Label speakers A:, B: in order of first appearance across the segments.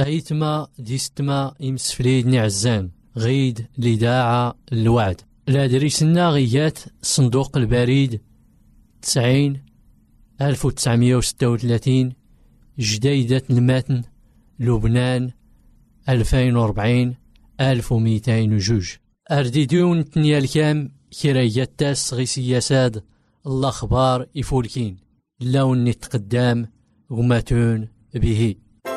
A: أيتما ديستما إمسفليد نعزان غيد لداعة الوعد لا دريسنا غيات صندوق البريد 90-1936 جديدة المتن لبنان 2040-1202 أرديدون تنيا الكام كرايات تاس غي سياساد الأخبار يفولكين لون نتقدام غماتون به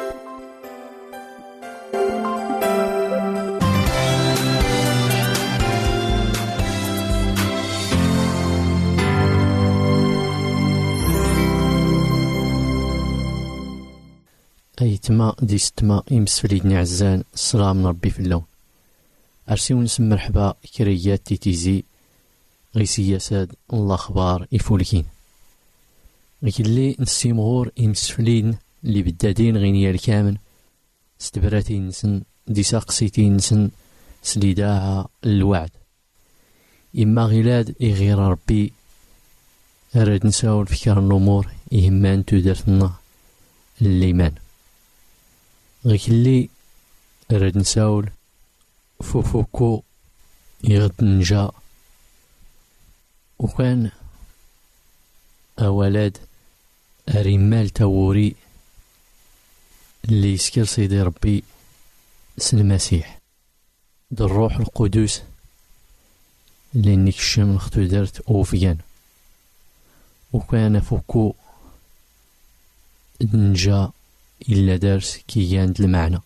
A: أيتما ديستما إمسفليد نعزان السلام من ربي في اللون أرسيو نسم مرحبا كريات تيتيزي غي سياساد الأخبار يفولكين غيلي نسيمغور إمسفلين اللي بدادين غينيا الكامل استبراتين نسن دي ساقسيتين نسن سليداعة الوعد إما غيلاد إغير ربي أراد نساول فكر الأمور إهمان تودرتنا الليمان غيلي أراد نساول فوفوكو يغد نجا وكان أولاد أريمال تاوري اللي يسكر سيدي ربي سن المسيح در الروح القدس اللي نكشم نختو درت أوفيان وكان فوكو نجا إلا درس كي ياند المعنى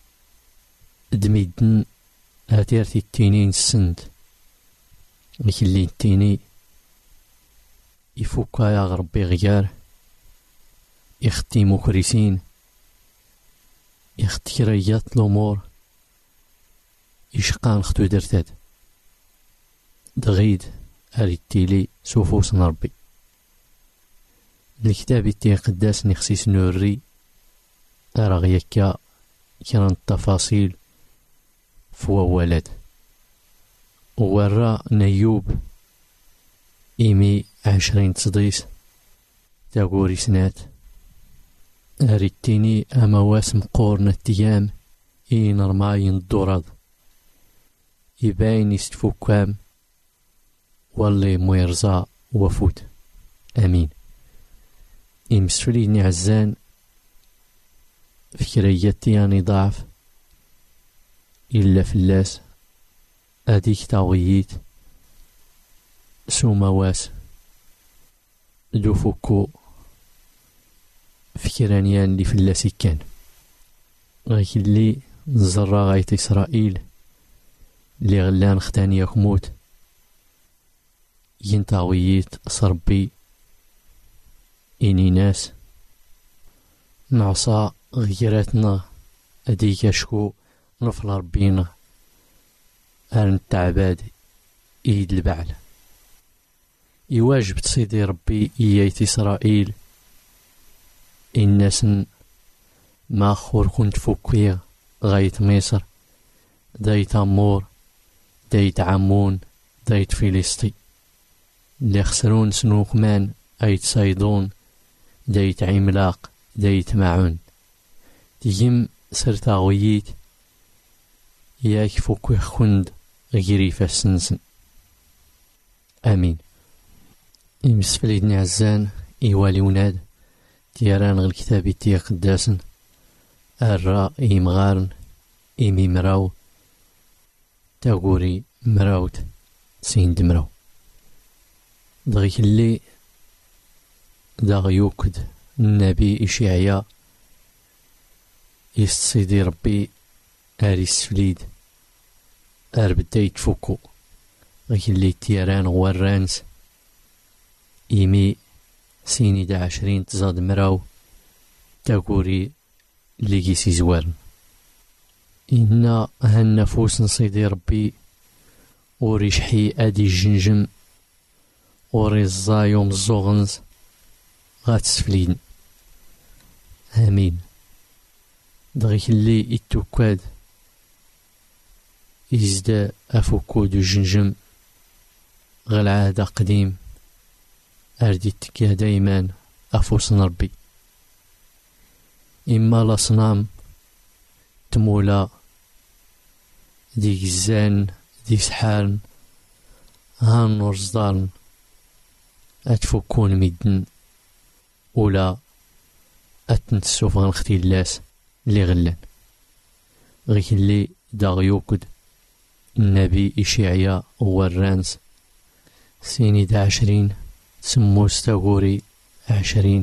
A: دميدن هاتيرتي التينين السند اللي التيني يفوكا يا غربي غيار يختي مكرسين يختي كريات الأمور يشقان ختو درتاد دغيد هاريتيلي سوفوس نربي الكتاب التي قداس نخسيس نوري أرغيكا كان التفاصيل فوا ولد ورا نيوب إيمي 20 تصديس تاقوري سنات هاريتيني أمواس مقورن التيام إين رماين الدوراد يباين يستفوكام واللي مويرزا وفوت أمين إمسفلي نعزان فكرياتي يعني ضعف إلا فلاس أديك تاوييت سومواس دوفوكو فكرانيان اللي فلاسي كان غيك اللي نزرى غايت إسرائيل اللي غلان ختاني يخموت ينتاوييت صربي إني ناس نعصى غيراتنا أديك شكو نفل ربينا أرن التعباد إيد البعل يواجب تصيدي ربي إيايت إسرائيل الناس ما خور كنت فوكيغ غايت مصر دايت أمور دايت عمون دايت فلسطين اللي خسرون سنوكمان أيت صيدون دايت عملاق دايت معون تيجم سرتا غويت ياك فوكوه خند غيريفا سنسن آمين إمسفليدني عزان إيوالي وناد تيران غل كتابي تي قداسن الراء إيمغارن إيمي مراو تاقوري مراوت سيند مراو دغيك اللي داغ يوكد النبي إشعيا يستصيدي ربي أريس فليد أربدايت فوكو غيك اللي تيران غوارانس إيمي سيني 20 تزاد مراو تاقوري ليجيسي زوارن إنا هالنفوس نصيدي ربي وريشحي أدي الجنجم وريزا يوم الزوغنز غاتسفلين آمين دغيك اللي يتوكاد يزدا أفوكو دو جنجم غالعادة قديم أردي تكيه دايما أفوس نربي إما الأصنام تمولا ديك الزان ديك سحارن هان نور صدارن أتفكون ميدن ولا أتنتسو فغن ختيلاس اللي غلان غيك اللي داغيوكد النبي إشعيا ورانس سيني 20 سموس تاغوري 20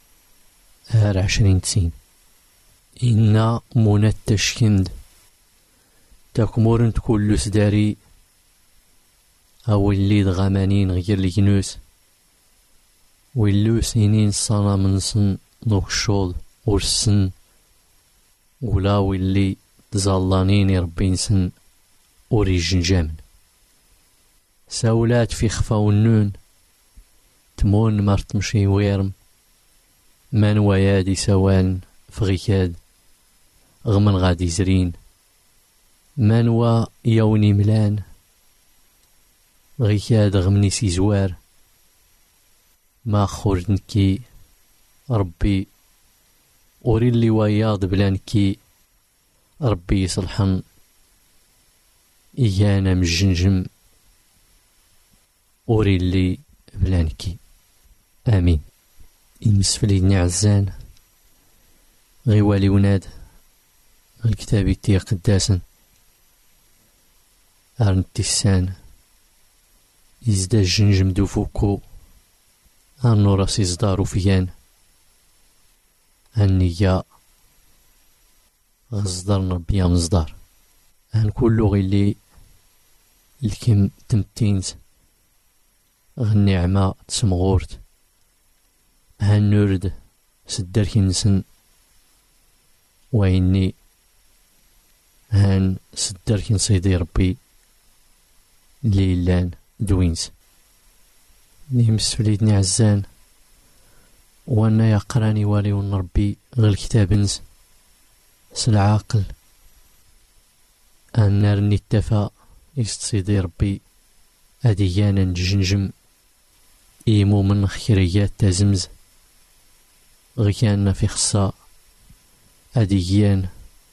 A: 20 تسين إنا منى التشكند تاكمورن تكون سداري أو اللي دغامانين غير الجنوس ويلو سنين صانا منسن نوك الشوض ورسن ولا واللي تزالانين يربين سن وريجن جامن ساولات في خفا والنون تمون مرت مشي ويرم من ويادي سوان فغيكاد غمن غادي زرين من و يوني ملان غيكاد غمني سيزوار ما خرجنكي ربي أوري اللي وياض بلانكي ربي يصلحن إيانا مجنجم أوري اللي بلانكي آمين. يمسفليدني عزان غيوالي وناد الكتاب تي قداسا أرن تيسان يزدا الجنجم دو فوكو أنو راسي زدارو فيان النية غزدار ربي مصدار هن كلو غيلي الكم تمتينز غالنعمة تسمغورت هن نورد سدار كنسن ويني هان سدار كنصيدي ربي ليلان دوينز نيمس فليدني عزان وانا يقراني والي ونربي غير الكتابنز سالعاقل ان نرني التفا يستصيدي ربي اديانا نجنجم ايمو من خيريات تازمز غيانا في خصا اديان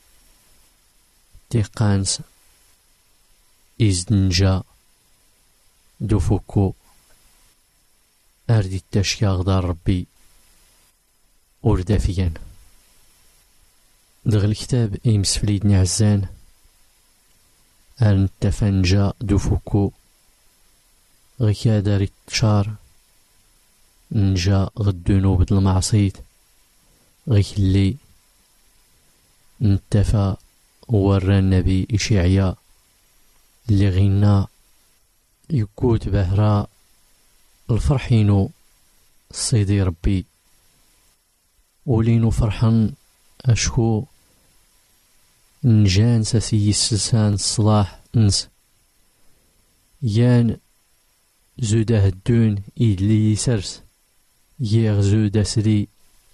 A: تيقانس إزدنجا دوفوكو أردي التشكي غدار ربي أردافيان دغ الكتاب إيمس فليدني عزان أرن تفنجا دوفوكو غيكا داري تشار نجا غدونو بدل المعصيت غيك اللي نتفا ورى النبي إشعيا اللي غينا يكوت بهراء الفرحينو صيدي ربي ولينو فرحن أشكو نجان ساسي السلسان الصلاح نس يان زوده الدون إيدلي يسرس يغزو داسري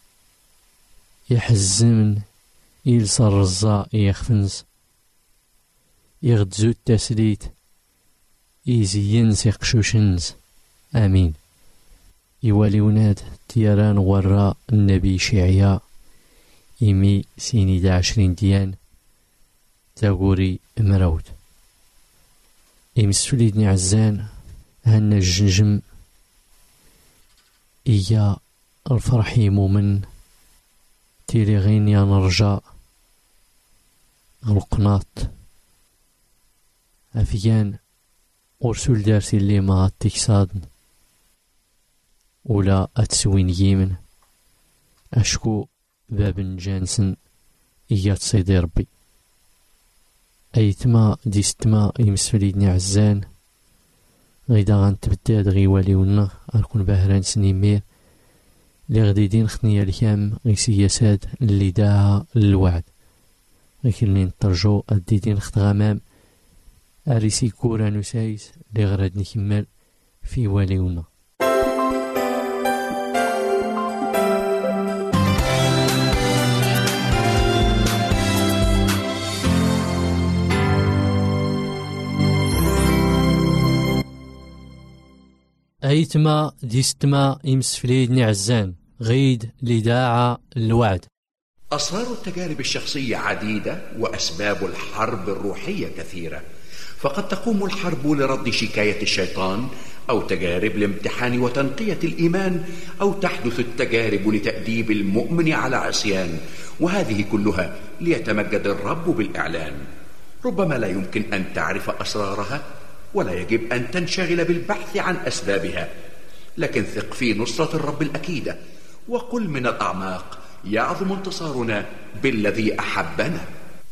A: يحزمن يلصر الرزاء يخفنس يغدزو التسليت إيزيين سيقشوشنز آمين. يوالي وناد تيران وراء النبي شعيا إيمي سيني 20 ديان تاغوري مراود إمسفليدني عزان هن الجنجم إيا الفرحي مومن تيلي غين يا نرجع القناط أفيان أرسل دارسي اللي ما تكسادن ولا أتسوين يمن أشكو باب جانسن إيا تصيدي ربي أيتما ديستما يمسفليدني عزان غيدا غنتبداد غيوالي ونا غنكون بهران سنيمير لي غديدين خطنيا الكام غيسياسات اللي داها للوعد غيكلني نترجو الديدين خط غمام أريسي كورا نسايس لي غراد نكمل في واليونا. أيتما ديستما يمسفليدني عزان غيد لداعة الوعد
B: أسرار التجارب الشخصية عديدة، وأسباب الحرب الروحية كثيرة. فقد تقوم الحرب لرد شكاية الشيطان، أو تجارب لامتحان وتنقية الإيمان، أو تحدث التجارب لتأديب المؤمن على عصيان، وهذه كلها ليتمجد الرب بالإعلان. ربما لا يمكن أن تعرف أسرارها، ولا يجب أن تنشغل بالبحث عن أسبابها، لكن ثق في نصرة الرب الأكيدة، وقل من الأعماق: يعظم انتصارنا بالذي أحبنا.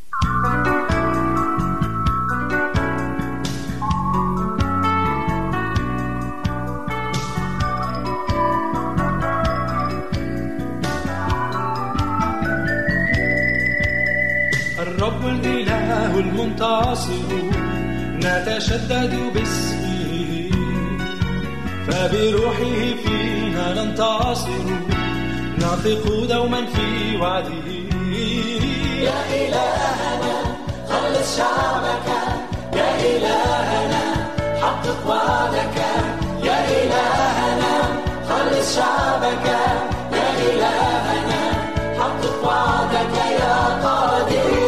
C: الرب الإله المنتصر نتشدد باسمه، فبروحه فينا ننتصر، نثق دوما في وعده.
D: يا إلهنا خلص شعبك، يا إلهنا حقق وعدك، يا إلهنا خلص شعبك، يا إلهنا حقق وعدك يا قادر.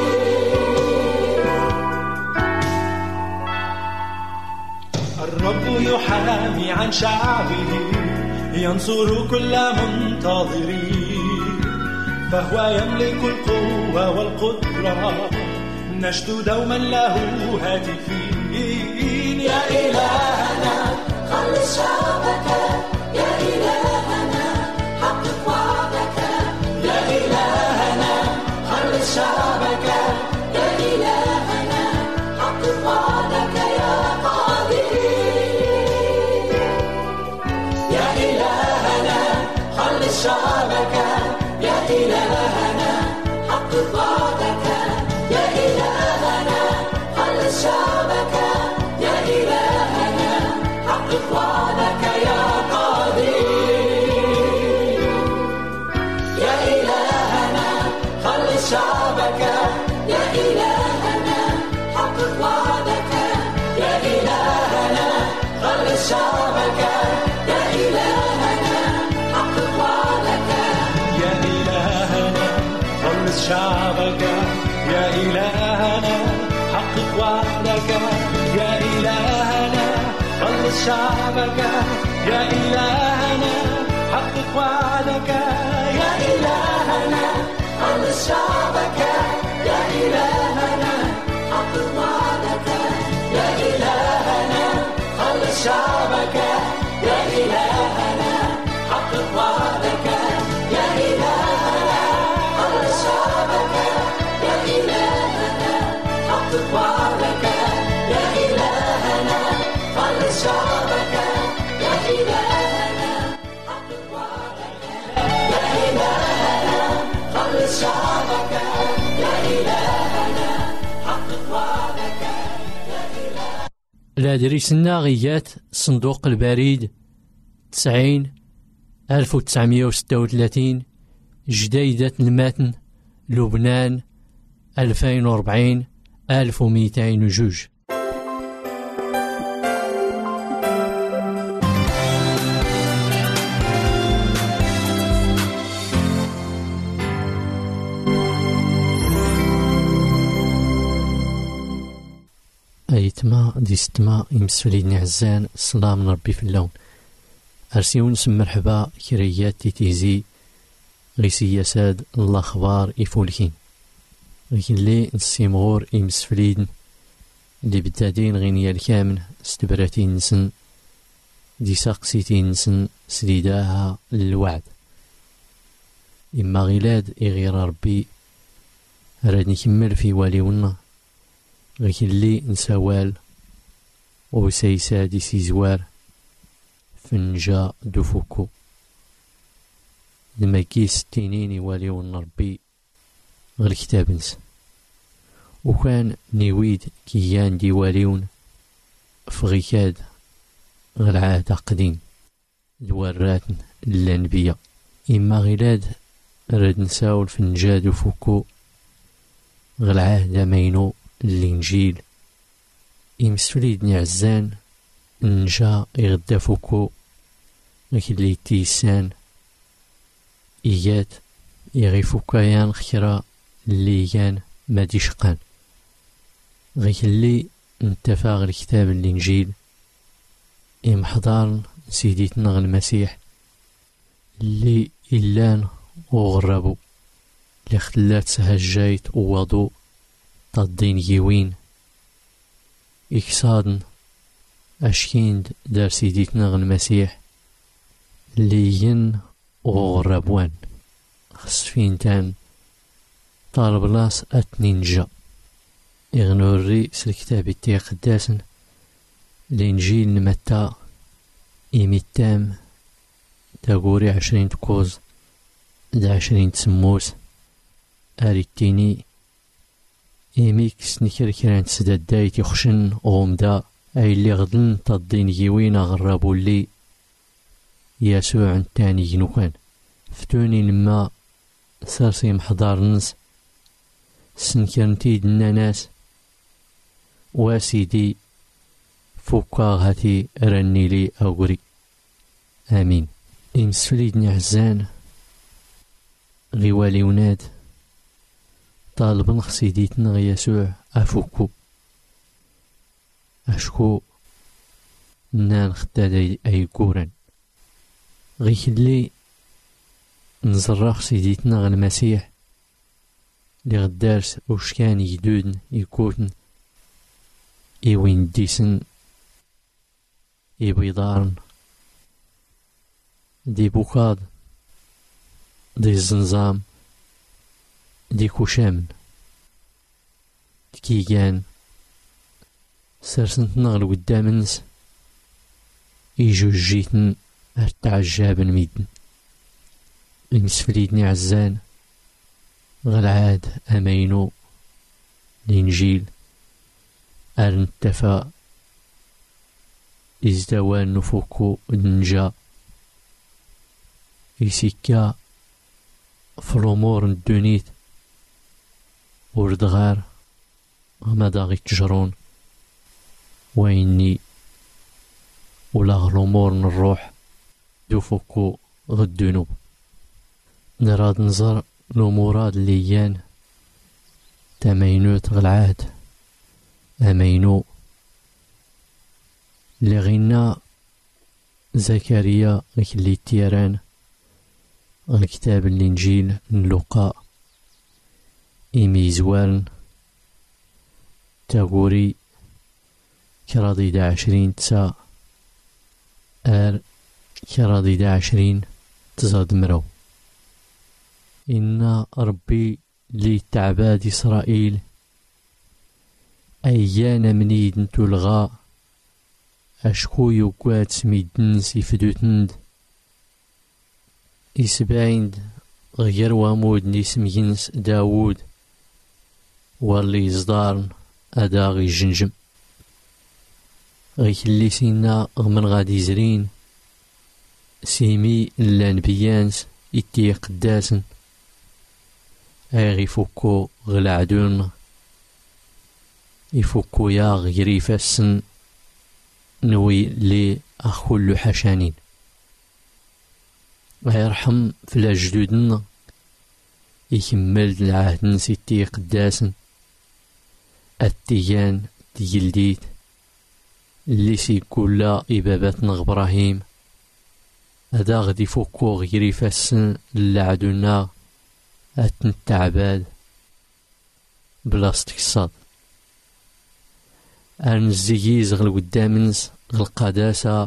C: الرب يحامي عن شعبه، ينصر كل منتظرين، فهو يملك القوة والقدرة، نشد دوما له هاتفين.
D: يا إلهنا خلص شعبك، يا إلهنا حقق وعدك، يا إلهنا خلص شعبك، يا إلهنا حقق وعدك يا قادر. يا إلهنا خلص شعبك، يا إلهنا حقق وعدك، يا إلهنا خلص شعبك، يا إلهنا حقق وعدك يا قادر. يا إلهنا خلص شعبك، يا إلهنا حقق وعدك، يا إلهنا خلص شعبك، يا إلهنا حقق وعدك.
C: يا إلهنا خلص شعبك، يا إلهنا حقق وعدك، يا إلهنا خلص شعبك، يا إلهنا حقق وعدك،
D: يا إلهنا خلص شعبك، يا إلهنا حقق وعدك، يا إلهنا خلص شعبك، يا إلهنا حقق وعدك، يا إلهنا خلص شعبك، يا إلهنا حقق وعدك، يا إلهنا خلص شعبك، يا إلهنا حقق وعدك، يا إلهنا خلص شعبك، يا إلهنا حقق وعدك، يا إلهنا.
A: الأدريسنا غيات صندوق البريد 90 1936 جديدة المتن لبنان 2040 1202. أيتما دي ستما يمسوليدني عزان الصلاة من ربي في اللون. أرسيون سم مرحبا كريات تيتيزي غيسي ساد الله خبار يفولكين لكن لي نسيمغور يمسفليدن اللي بدادين غينيا الكامن استبراتين نسن دي ساقسيتين نسن سديداها للوعد إما غيلاد إغير ربي راد نكمل في واليونا لكن لي نسوال وسيسا دي سيزوار فنجا دفوكو لما كيس تينيني واليون ربي غير كتاب نس وكان نيويد كيان دي واليون فغيكاد غير عهد قديم دوارات الانبياء إما غيلاد راد نساول فنجا دفوكو غير عهد مينو الإنجيل يمسوليدني عزان نجا يغدا فوكو لكن لي تيسان إيات يغيفو كيان خيرا اللي كان ما دي شقان غيك اللي انتفاغ الكتاب الإنجيل إمحضار سيديتنا المسيح اللي إلان وغربو اللي اختلات سهجايت ووضو تضين جيوين إكسادن أشكين دار سيديتنا المسيح اللي ين وغربوان خصفين تان طالب لاس أتنينجا إغنوري سالكتاب التقداسن الإنجيل نمتا إيميتام تاقوري 20 تكوز 20 تسموس أريتيني إيميكس نكركران تسداد دايت يخشن غمدا أي اللي غدن تضين جيوين غرابو اللي يسوع نتاني جنوكان فتوني لما سارسي محضار نس سنكرنتيد الناس واسيدي فوكا هاتي رني لي أغري آمين. إمسفليدني عزان غيوالي وناد طالب نخسيديتنا يسوع أفوكو أشكو نان خداد أي كورن غيك اللي نزرخ سيديتنا المسيح اللي غدارس وشكان يدودن يكوتن إيوين ديسن إبيضارن دي بوكاد دي الزنزام دي كوشامن كيجان سرسنت نغل قدامنس إيجو جيتن أرتعجابن ميدن إنسفليدني عزان غالعاد أمينو الإنجيل أرنتفا إزدوان نفوكو دنجا إسيكا فلومور الدونيت وردغار غمداغي تجرون وإني ولا غلومور الروح دوفوكو غدونو نراد نزر الأمورات الليان تمينوت غالعاد أمينو لغينا زكريا اللي تيران الكتاب الإنجيل نلقى إميزوان تاغوري كراضي 20 تسا كراضي 20 تزاد مرو إن ربي لي تعباد إسرائيل أيانا منيد تلغى أشكو يوكوات سميدن سيفدوتند إسبايند غير وامود نسم ينس داود واللي يزدارن أداغي جنجم غيك اللي سينا غمن غادي زرين سيمي اللانبيانس إتي قداسن أغي فوكو غلعدون يفوكو يا غيري فاسن نوي لي أخول حشانين ويرحم في الجدودنا يكمل العهد نسيتي قداسن التيان تجلديت اللي سيكولا إباباتنا إبراهيم هذا غدي فوكو غيري فاسن اللعدونا التعباد بلاستيك الصاد أنزيز غل قدامنس غل قداسة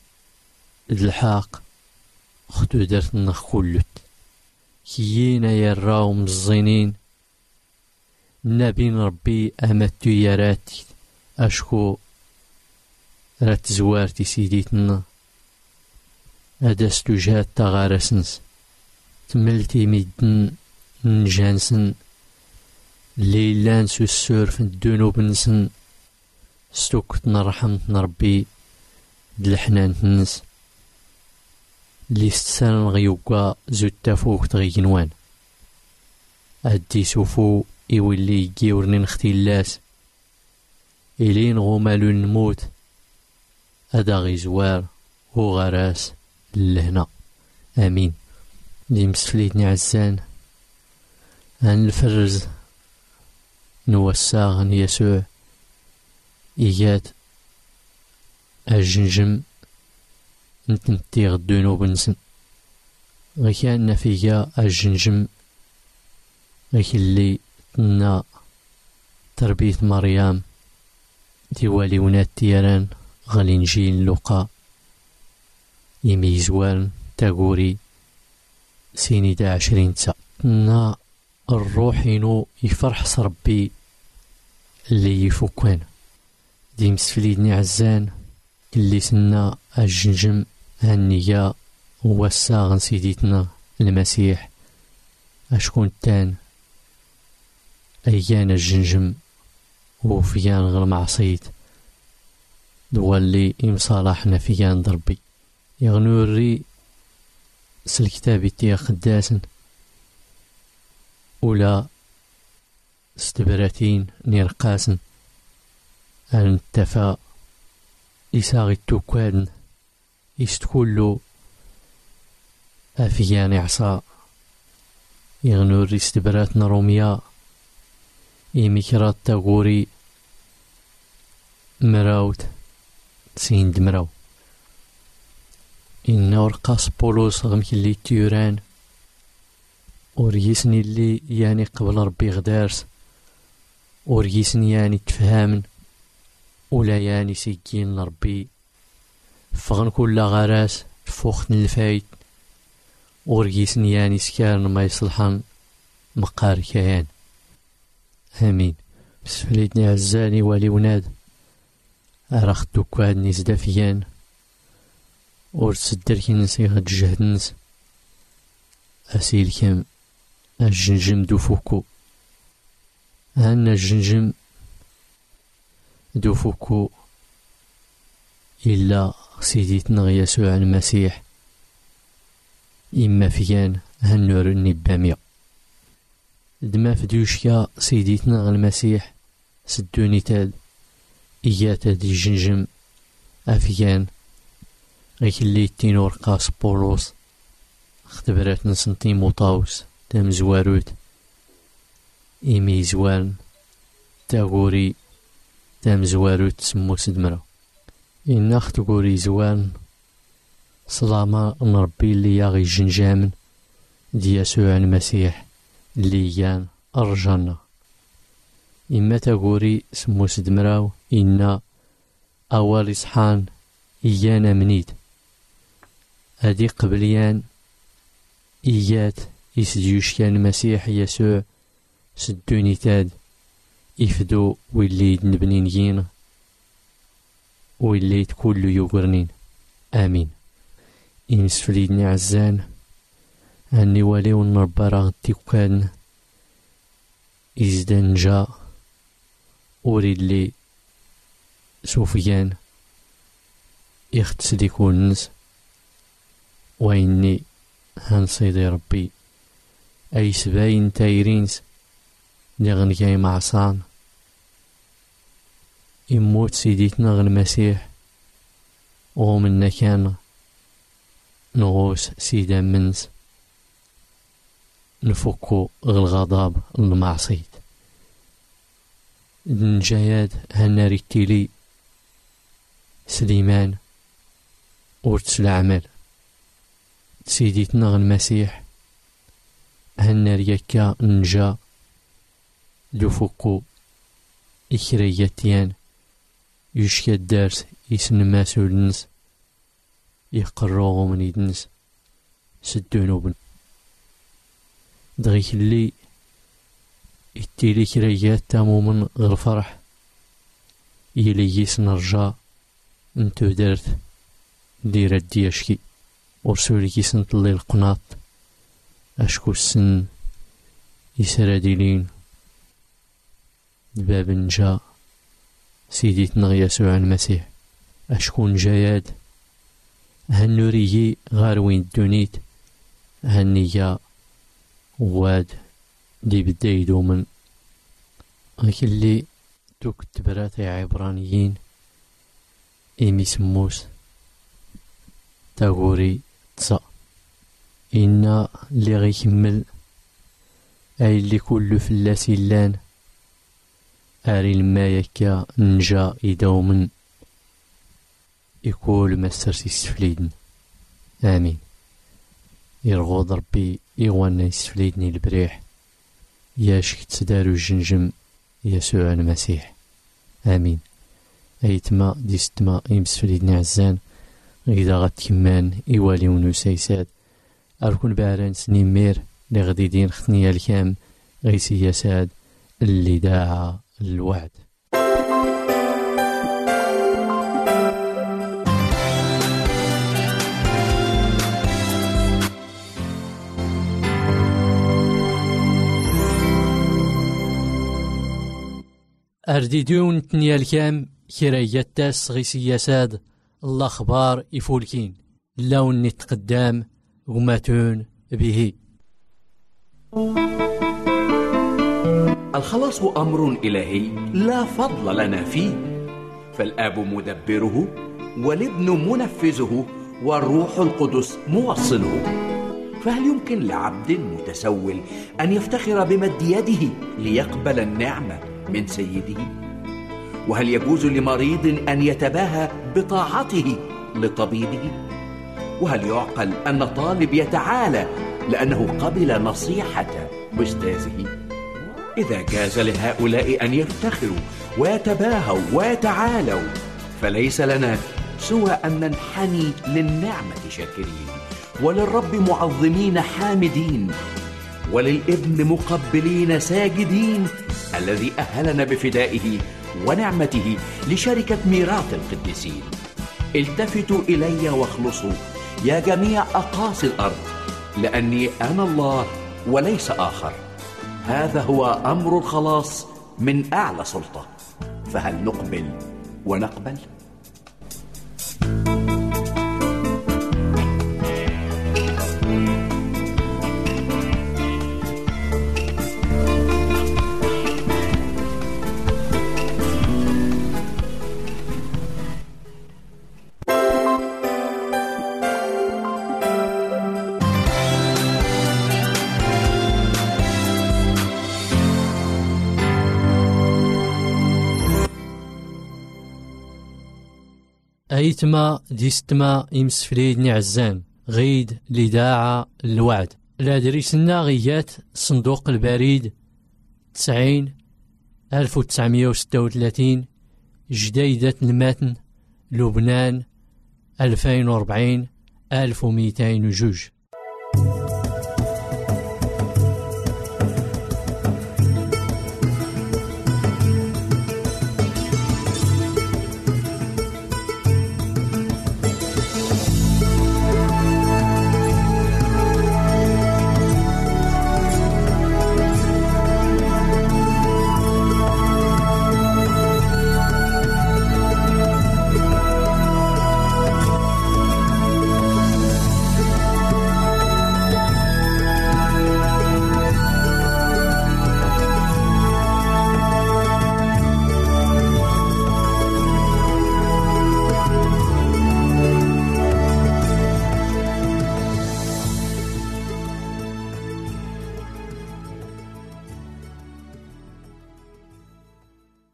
A: الحاق خدو درتنا خلت كيينا يراو مزينين نبين ربي أمتو يراتي أشكو رات زوارتي سيديتنا أدستو جات تغارسنس تملتي ميدن نجانسن ليلان سو السورف الدنوب نسن ستوكتنا رحمتنا ربي دلحنان تنس اللي ستسان غيوكا زود تافوك تغيجنوان أدي سوفو إيولي يجيورني نختي اللاس إلين غومالو نموت أدا غيزوار وغراس لهنا آمين. دي مسفليتني عزان هن الفرز نوساغ يسوع إيجات الجنجم نتنتيغ الذنوب نسن غيكان نفيجا الجنجم غيك اللي تنا تربية مريم ديوالي ونات تيران غالينجيل لوقا يميزوان تاغوري سيني 20 سا نا الروح ينو يفرح صربي اللي يفوكوان ديم سفليدني عزان اللي سنا الجنجم هنيا وساغن سيديتنا المسيح أشكون تان أيان الجنجم وفيان غير معصيت دوالي إمصالحنا فيان ضربي يغنوري سالكتاب تيا خداسن ولا استبراتين نيرقاسن الانتفا إساغي التوكادن يستكولو أفيان عصا يغنوري استبراتنا روميا إيميكرات تاغوري مراوت سيند مراو إن ورقاس بولوس غمك اللي تيوران وريسني اللي يعني قبل ربي غدارس وريسني يعني تفهامن ولا يعني سيكين لربي فغن كل غراس فوخت الفايت وريسني يعني سكارن ما يصلحن مقار كيان آمين. بسفليتني عزاني والي وناد أرخدو كواد نزدافيان ورسدر كي نسي غد جهدنس أسيل كم الجنجم دو فوكو هن الجنجم دو فوكو إلا سيديتنا يسوع المسيح إما فيان هنور النبامية دما فديوشكا سيديتنا المسيح سدوني تاد إياتا دي جنجم أفيان غيك اللي تينور قاس بولوس اختبرات نسنتي موطاوس تام زواروت إيمي زوان تاغوري تام زواروت سمو سدمرا إن اختغوري زوان صلاما نربي اللي ياغي جنجامن دي يسوع المسيح اللي يان أرجانا إما تاغوري سمو سدمراو إن أول إصحان إيانا منيد هادي قبليان إيات يسديوش كان المسيح يسوع سدوني تاد يفدو ويليد نبنينيين ويليد كل يوغرنين آمين. إنسفليدني عزان أني واليو النربارا غدي كان إزدان جا أريد لي سوفيان يختسلي كونس وإني هنصيدي ربي أي سباين تايرينس نغنكاي معصان يموت سيديتنا غن المسيح ومنا كان نغوس سيدا منس نفكو الغضب المعصيت نجاياد هناري التيلي سليمان ورتس العمل سيديتنا غن المسيح هناري يكا نجا لفكو إكرياتيان يشكى الدارس يسن ماسولنس يقرغو من يدنس سدونوبن دغيك اللي التيلي كريات تامومن غير فرح يلي يسن رجا انتو دارت دير الدياشكي ورسولي يسن طلي القناط أشكو السن يسراديلين باب نجا سيديتنا يسوع المسيح أشكون جياد هنوريي غاروين دونيت هنيا واد دي بدايدو من غيك اللي دوك التبرات عبرانيين إيمي سموس تاغوري تصا إنا اللي غيكمل أي اللي كل فلاسي اللان أري لما يكا نجا يدومن يقول مسترسي السفليدن. آمين. يرغض ربي إغوانا يسفليدني البريح ياشك تدارو الجنجم يسوع المسيح. آمين. أيتما ديستما يمسفليدني عزان إذا غتكمان إيوالي ونسيسات أركون بعران سنيمير لغديدين خطنية الكام غيسي يساد اللي داعى الوعد. أرديدون تنيا الكام كرايات تاس غيسي يساد الأخبار يفولكين لون نتقدام وماتون به.
B: الخلاص أمر إلهي لا فضل لنا فيه، فالآب مدبره والابن منفذه والروح القدس موصله. فهل يمكن لعبد متسول أن يفتخر بمد يده ليقبل النعمة من سيده؟ وهل يجوز لمريض أن يتباهى بطاعته لطبيبه؟ وهل يعقل أن طالب يتعالى لأنه قبل نصيحة أستاذه؟ إذا جاز لهؤلاء أن يفتخروا ويتباهوا ويتعالوا، فليس لنا سوى أن ننحني للنعمة شاكرين، وللرب معظمين حامدين، وللابن مقبلين ساجدين، الذي أهلنا بفدائه ونعمته لشركة ميراث القديسين. التفتوا إلي واخلصوا يا جميع أقاصي الأرض، لأني أنا الله وليس آخر. هذا هو أمر الخلاص من أعلى سلطة، فهل نقبل ونقبل؟
A: أيتما ديستما يمسفليدني عزان غيد لداعة الوعد. لا دريسنا غيات صندوق البريد 90-1936 جديدة المتن لبنان 2040-1202.